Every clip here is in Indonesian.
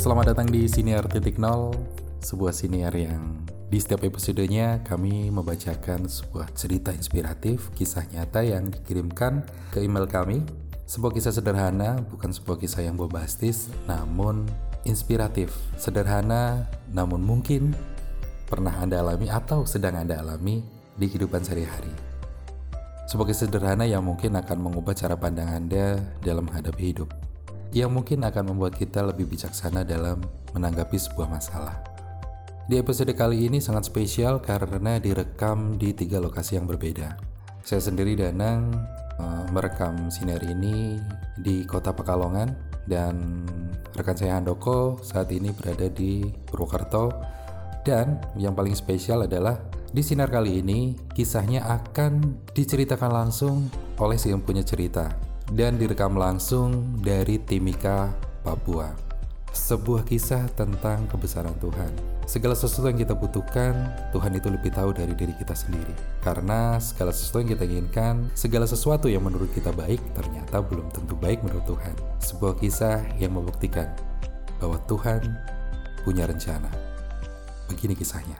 Selamat datang di Siniar Titik Nol, sebuah siniar yang di setiap episodenya kami membacakan sebuah cerita inspiratif, kisah nyata yang dikirimkan ke email kami. Sebuah kisah sederhana, bukan sebuah kisah yang bombastis, namun inspiratif. Sederhana, namun mungkin pernah Anda alami atau sedang Anda alami di kehidupan sehari-hari. Sebuah kisah sederhana yang mungkin akan mengubah cara pandang Anda dalam menghadapi hidup, yang mungkin akan membuat kita lebih bijaksana dalam menanggapi sebuah masalah. Di episode kali ini sangat spesial karena direkam di 3 lokasi yang berbeda. Saya sendiri Danang merekam sinar ini di kota Pekalongan, dan rekan saya Handoko saat ini berada di Purwokerto. Dan yang paling spesial adalah di sinar kali ini kisahnya akan diceritakan langsung oleh si yang punya cerita dan direkam langsung dari Timika, Papua. Sebuah kisah tentang kebesaran Tuhan. Segala sesuatu yang kita butuhkan, Tuhan itu lebih tahu dari diri kita sendiri. Karena segala sesuatu yang kita inginkan, segala sesuatu yang menurut kita baik, ternyata belum tentu baik menurut Tuhan. Sebuah kisah yang membuktikan bahwa Tuhan punya rencana. Begini kisahnya.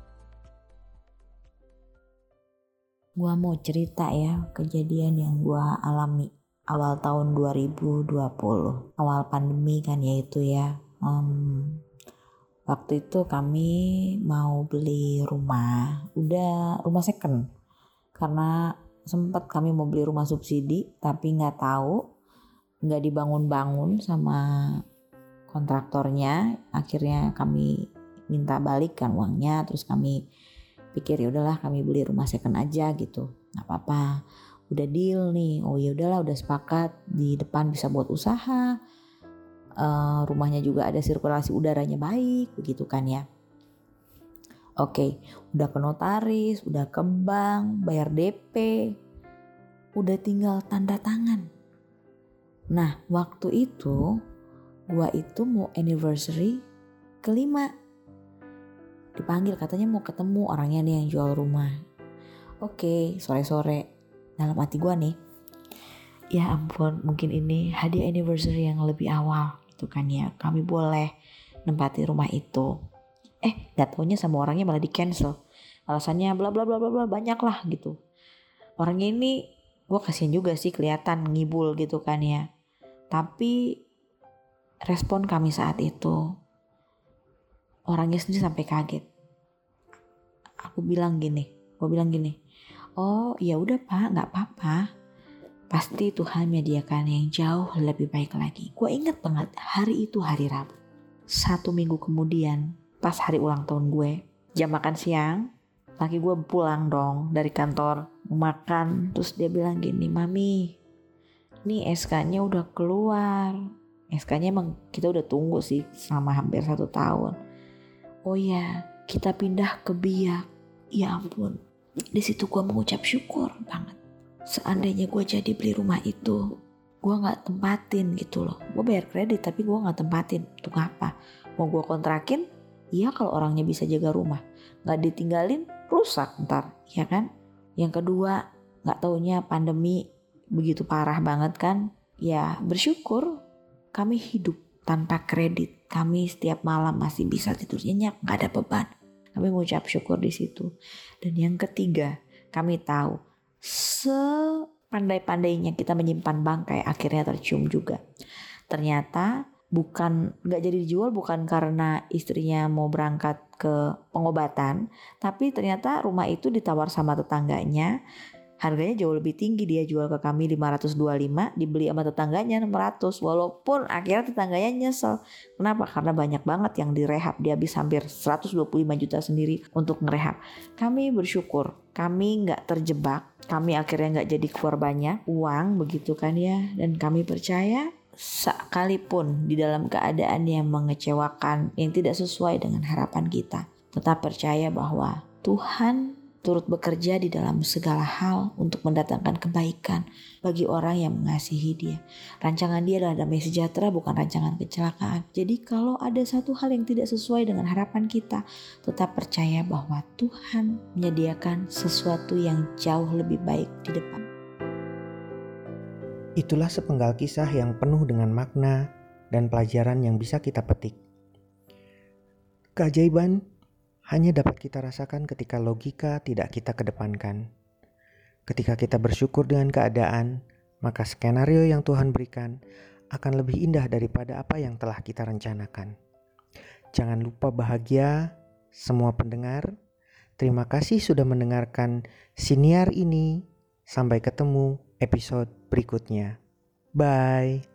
Gua mau cerita ya kejadian yang gua alami awal tahun 2020, awal pandemi kan ya itu ya. Waktu itu kami mau beli rumah, udah rumah second, karena sempat kami mau beli rumah subsidi tapi nggak dibangun-bangun sama kontraktornya. Akhirnya kami minta balikan uangnya, terus kami pikir ya udahlah kami beli rumah second aja gitu, nggak apa-apa. Udah deal nih, oh ya udahlah udah sepakat di depan bisa buat usaha, rumahnya juga ada sirkulasi udaranya baik begitu kan ya. Oke, udah ke notaris, udah ke bank, bayar DP, udah tinggal tanda tangan. Nah waktu itu gua itu mau anniversary ke-5, dipanggil katanya mau ketemu orangnya nih yang jual rumah. Oke, sore-sore dalam hati gue nih, ya ampun, mungkin ini hadiah anniversary yang lebih awal gitu kan ya, kami boleh nempati rumah itu. Gak taunya sama orangnya malah di cancel, alasannya bla bla bla bla bla, banyak lah gitu. Orangnya ini gue kasihan juga sih, kelihatan ngibul gitu kan ya. Tapi respon kami saat itu, orangnya sendiri sampai kaget. Gue bilang gini, oh ya udah Pak, nggak apa-apa. Pasti Tuhan menyediakan yang jauh lebih baik lagi. Gue inget banget hari itu hari Rabu. 1 minggu kemudian, pas hari ulang tahun gue, jam makan siang, laki gue pulang dong dari kantor, mau makan. Terus dia bilang gini, Mami, nih SK-nya udah keluar. SK-nya emang kita udah tunggu sih selama hampir 1 tahun. Oh ya, kita pindah ke Biak. Ya ampun, di situ gue mengucap syukur banget. Seandainya gue jadi beli rumah itu, gue nggak tempatin gitu loh. Gue bayar kredit tapi gue nggak tempatin. Untuk apa? Mau gue kontrakin? Iya kalau orangnya bisa jaga rumah, nggak ditinggalin rusak ntar, ya kan? Yang kedua, nggak taunya pandemi begitu parah banget kan? Ya bersyukur kami hidup tanpa kredit. Kami setiap malam masih bisa tidur nyenyak, nggak ada beban. Kami mengucap syukur di situ. Dan yang ketiga, kami tahu sepandai-pandainya kita menyimpan bangkai akhirnya tercium juga. Ternyata nggak jadi dijual bukan karena istrinya mau berangkat ke pengobatan, tapi ternyata rumah itu ditawar sama tetangganya. Harganya jauh lebih tinggi, dia jual ke kami 525, dibeli sama tetangganya 600. Walaupun akhirnya tetangganya nyesel. Kenapa? Karena banyak banget yang direhab. Dia habis hampir 125 juta sendiri untuk ngerehab. Kami bersyukur, kami gak terjebak. Kami akhirnya gak jadi korbannya uang begitu kan ya. Dan kami percaya sekalipun di dalam keadaan yang mengecewakan, yang tidak sesuai dengan harapan kita, tetap percaya bahwa Tuhan turut bekerja di dalam segala hal untuk mendatangkan kebaikan bagi orang yang mengasihi dia. Rancangan dia adalah damai sejahtera, bukan rancangan kecelakaan. Jadi kalau ada satu hal yang tidak sesuai dengan harapan kita, tetap percaya bahwa Tuhan menyediakan sesuatu yang jauh lebih baik di depan. Itulah sepenggal kisah yang penuh dengan makna dan pelajaran yang bisa kita petik. Keajaiban hanya dapat kita rasakan ketika logika tidak kita kedepankan. Ketika kita bersyukur dengan keadaan, maka skenario yang Tuhan berikan akan lebih indah daripada apa yang telah kita rencanakan. Jangan lupa bahagia, semua pendengar. Terima kasih sudah mendengarkan siniar ini. Sampai ketemu episode berikutnya. Bye.